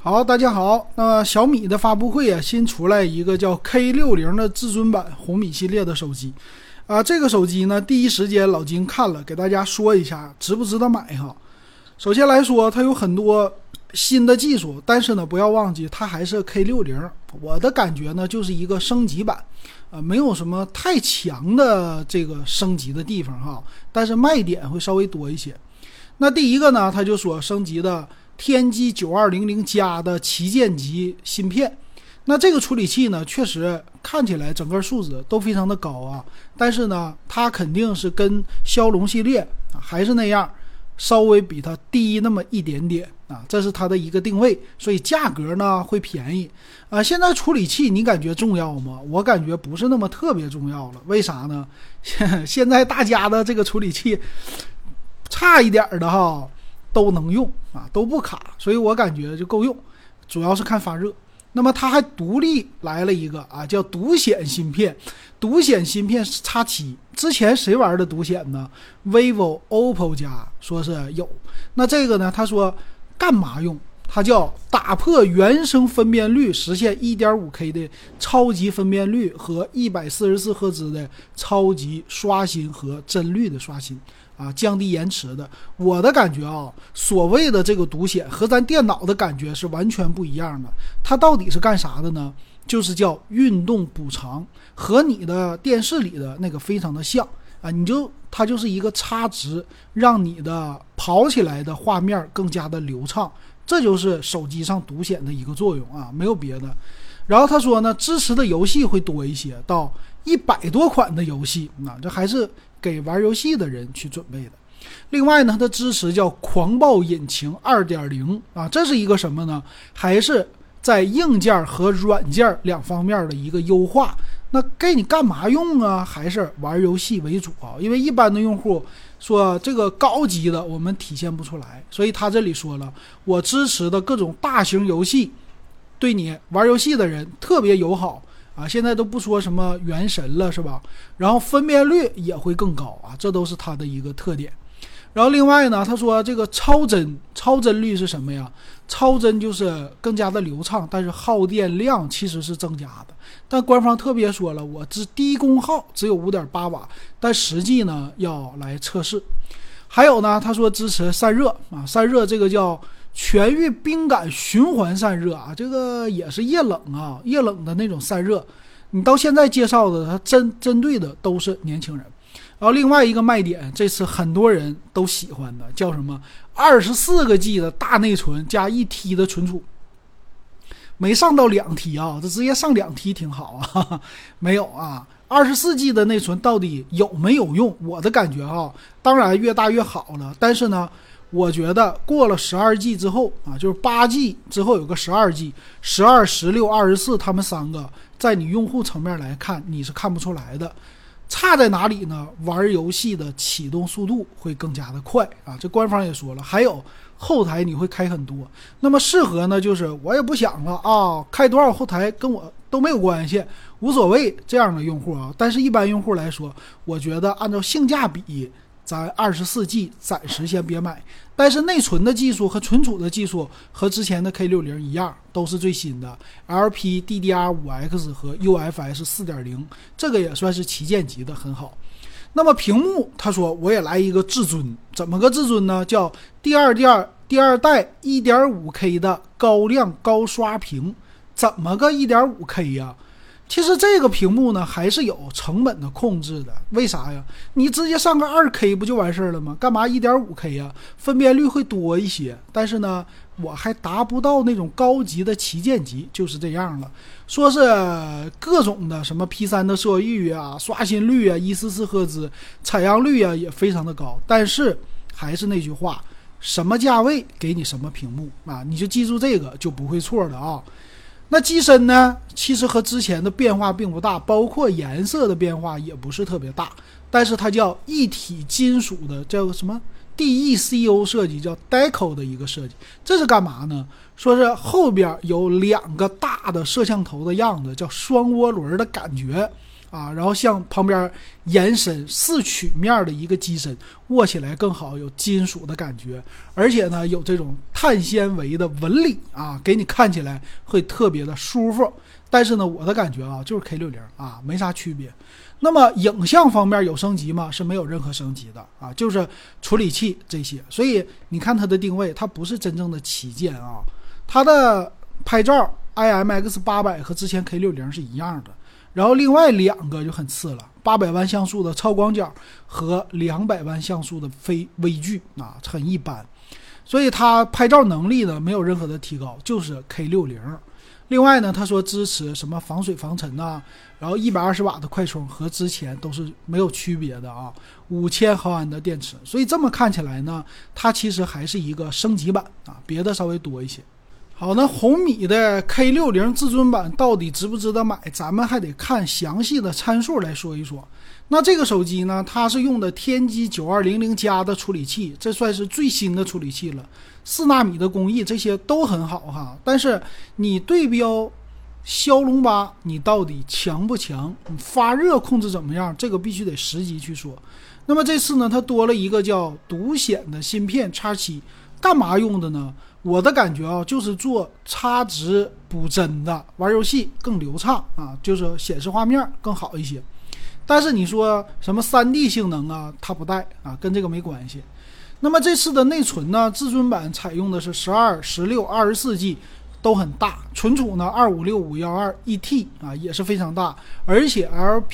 好，大家好。那小米的发布会啊，新出来一个叫 K60的至尊版红米系列的手机啊。这个手机呢，第一时间老金看了，给大家说一下值不值得买哈。首先来说，它有很多新的技术，但是呢，不要忘记它还是 K60。我的感觉呢，就是一个升级版，没有什么太强的这个升级的地方哈，但是卖点会稍微多一些。那第一个呢，它就说升级的天玑9200加的旗舰级芯片。那这个处理器呢，确实看起来整个数值都非常的高啊，但是呢，它肯定是跟骁龙系列还是那样，稍微比它低那么一点点啊，这是它的一个定位，所以价格呢会便宜啊。现在处理器你感觉重要吗？我感觉不是那么特别重要了。为啥呢？现在大家的这个处理器差一点的哈都能用啊，都不卡，所以我感觉就够用，主要是看发热。那么它还独立来了一个啊，叫独显芯片。独显芯片是 X7， 之前谁玩的独显呢？ vivo、OPPO 家说是有。那这个呢，他说干嘛用？它叫打破原生分辨率，实现 1.5K 的超级分辨率和144赫兹的超级刷新和帧率的刷新啊，降低延迟的。我的感觉啊，所谓的这个独显和咱电脑的感觉是完全不一样的。它到底是干啥的呢？就是叫运动补偿，和你的电视里的那个非常的像啊，它就是一个差值，让你的跑起来的画面更加的流畅。这就是手机上独显的一个作用啊，没有别的。然后他说呢，支持的游戏会多一些，到100多款的游戏啊，这还是给玩游戏的人去准备的。另外呢，它支持叫狂暴引擎 2.0 啊，这是一个什么呢？还是在硬件和软件两方面的一个优化。那给你干嘛用啊？还是玩游戏为主啊？因为一般的用户说这个高级的我们体现不出来，所以他这里说了，我支持的各种大型游戏对你玩游戏的人特别友好啊。现在都不说什么原神了是吧？然后分辨率也会更高啊，这都是它的一个特点。然后另外呢，他说这个超帧率是什么呀？超帧就是更加的流畅，但是耗电量其实是增加的。但官方特别说了，我低功耗只有 5.8 瓦，但实际呢要来测试。还有呢，他说支持散热啊，散热这个叫全域冰感循环散热啊，这个也是液冷啊，液冷的那种散热。你到现在介绍的它针对的都是年轻人。然后另外一个卖点，这次很多人都喜欢的叫什么？24个 G 的大内存加1T 的存储，没上到2T啊，这直接上2T 挺好啊，没有啊。24 G 的内存到底有没有用？我的感觉啊，当然越大越好了，但是呢，我觉得过了12 G 之后啊，就是8 G 之后有个12 G、12、16、24，他们三个在你用户层面来看，你是看不出来的。差在哪里呢？玩游戏的启动速度会更加的快啊，这官方也说了。还有后台你会开很多，那么适合呢，就是我也不想了啊，开多少后台跟我都没有关系，无所谓这样的用户啊。但是一般用户来说，我觉得按照性价比，咱24 G 暂时先别买。但是内存的技术和存储的技术和之前的 K60 一样，都是最新的 LPDDR5X 和 UFS 4.0， 这个也算是旗舰级的，很好。那么屏幕他说我也来一个至尊，怎么个至尊呢？叫第二代 1.5K 的高亮高刷屏。怎么个 1.5K 呀？其实这个屏幕呢还是有成本的控制的。为啥呀？你直接上个 2K 不就完事了吗？干嘛 1.5K 呀？分辨率会多一些，但是呢我还达不到那种高级的旗舰级，就是这样了。说是各种的什么 P3 的色域啊、刷新率啊、144赫兹、采样率啊也非常的高，但是还是那句话，什么价位给你什么屏幕啊，你就记住这个就不会错的啊。那机身呢，其实和之前的变化并不大，包括颜色的变化也不是特别大，但是它叫一体金属的，叫什么 DECO 设计，叫 Deco 的一个设计。这是干嘛呢？说是后边有2个大的摄像头的样子，叫双涡轮的感觉啊，然后向旁边延伸4曲面的一个机身，握起来更好，有金属的感觉，而且呢有这种碳纤维的纹理啊，给你看起来会特别的舒服。但是呢我的感觉啊就是 K60 啊没啥区别。那么影像方面有升级吗？是没有任何升级的啊，就是处理器这些。所以你看它的定位，它不是真正的旗舰啊，它的拍照 IMX800 和之前 K60 是一样的，然后另外2个就很次了，800万像素的超广角和200万像素的非微距啊，很一般。所以它拍照能力呢没有任何的提高，就是 K60。另外呢，他说支持什么防水防尘啊，然后120瓦的快充和之前都是没有区别的啊，5000毫安的电池。所以这么看起来呢，它其实还是一个升级版啊，别的稍微多一些。好，那红米的 K60 至尊版到底值不值得买？咱们还得看详细的参数来说一说。那这个手机呢，它是用的天玑9200加的处理器，这算是最新的处理器了，4纳米的工艺，这些都很好哈。但是你对标骁龙8，你到底强不强？你发热控制怎么样？这个必须得实际去说。那么这次呢，它多了一个叫独显的芯片 X7， 干嘛用的呢？我的感觉啊，就是做插值补帧的，玩游戏更流畅啊，就是显示画面更好一些。但是你说什么 3D 性能啊，它不带啊，跟这个没关系。那么这次的内存呢，至尊版采用的是12、16、24G， 都很大。存储呢256、512 1T 啊，也是非常大。而且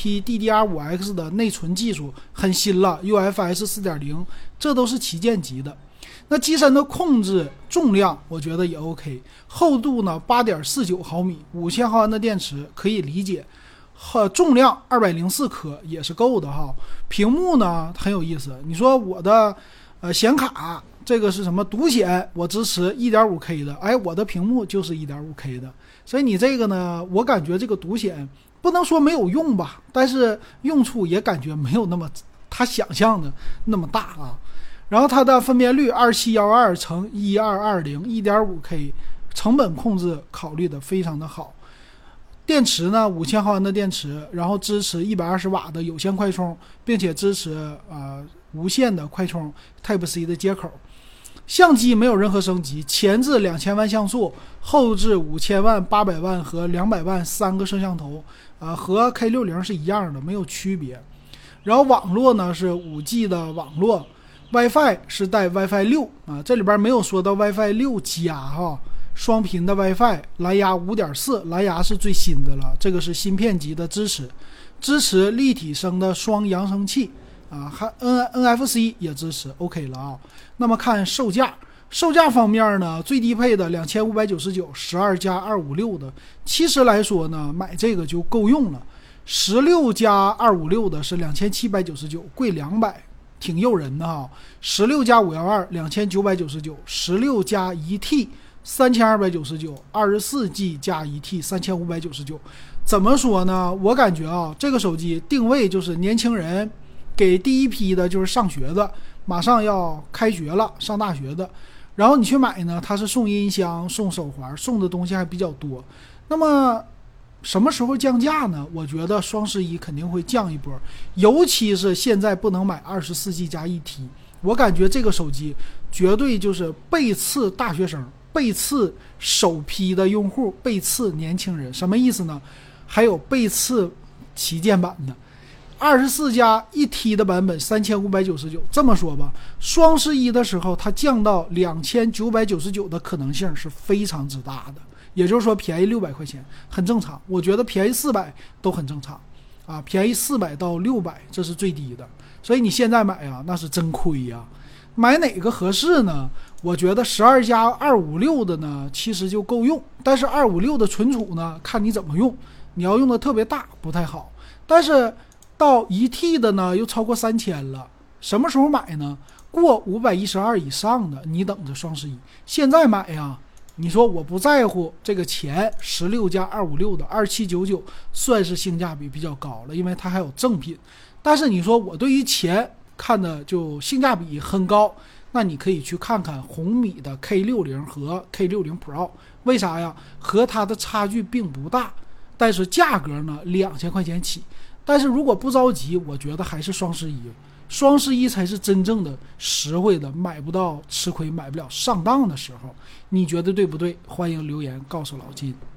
LPDDR5X 的内存技术很新了 ，UFS 4.0， 这都是旗舰级的。那机身的控制重量我觉得也 OK， 厚度呢 8.49 毫米，5000毫安的电池可以理解，重量204克也是够的哈。屏幕呢很有意思，你说我的显卡这个是什么独显，我支持 1.5K 的，哎，我的屏幕就是 1.5K 的，所以你这个呢，我感觉这个独显不能说没有用吧，但是用处也感觉没有那么他想象的那么大啊。然后它的分辨率2712乘1220 1.5K， 成本控制考虑的非常的好。电池呢5000毫安的电池，然后支持120瓦的有线快充，并且支持无线的快充 Type-C 的接口。相机没有任何升级，前置2000万像素，后置5000万、800万和200万3个摄像头，和 K60 是一样的，没有区别。然后网络呢是 5G 的网络，WiFi 是带 WiFi 6啊，这里边没有说到 WiFi 6加哈，双频的 WiFi， 蓝牙 5.4， 蓝牙是最新的了，这个是芯片级的支持立体声的双扬声器啊，还 NFC 也支持 OK 了啊。那么看售价方面呢，最低配的2599 12加256的，其实来说呢买这个就够用了。16加256的是2799，贵200，挺诱人的哈。16加512 2999， 16加 1T 3299， 24G 加 1T 3599。怎么说呢，我感觉啊，这个手机定位就是年轻人，给第一批的就是上学的，马上要开学了，上大学的。然后你去买呢，它是送音箱、送手环，送的东西还比较多。那么什么时候降价呢？我觉得双11肯定会降一波，尤其是现在不能买 24G 加 1T， 我感觉这个手机绝对就是背刺大学生，背刺首批的用户，背刺年轻人。什么意思呢？还有背刺旗舰版的24加 1T 的版本3599。这么说吧，双11的时候它降到2999的可能性是非常之大的，也就是说便宜600块钱很正常，我觉得便宜400都很正常啊，便宜400到600这是最低的。所以你现在买啊，那是真亏呀。买哪个合适呢？我觉得12加256的呢其实就够用，但是256的存储呢看你怎么用，你要用的特别大不太好，但是到 1T 的呢又超过3000了。什么时候买呢？过512以上的你等着双11。现在买呀，你说我不在乎这个钱，16加256的2799算是性价比比较高了，因为它还有正品。但是你说我对于钱看的就性价比很高，那你可以去看看红米的 K60 和 K60 Pro。 为啥呀？和它的差距并不大，但是价格呢2000块钱起。 但是如果不着急，我觉得还是双十一，双十一才是真正的实惠的，买不到吃亏，买不了上当的时候。你觉得对不对？欢迎留言告诉老金。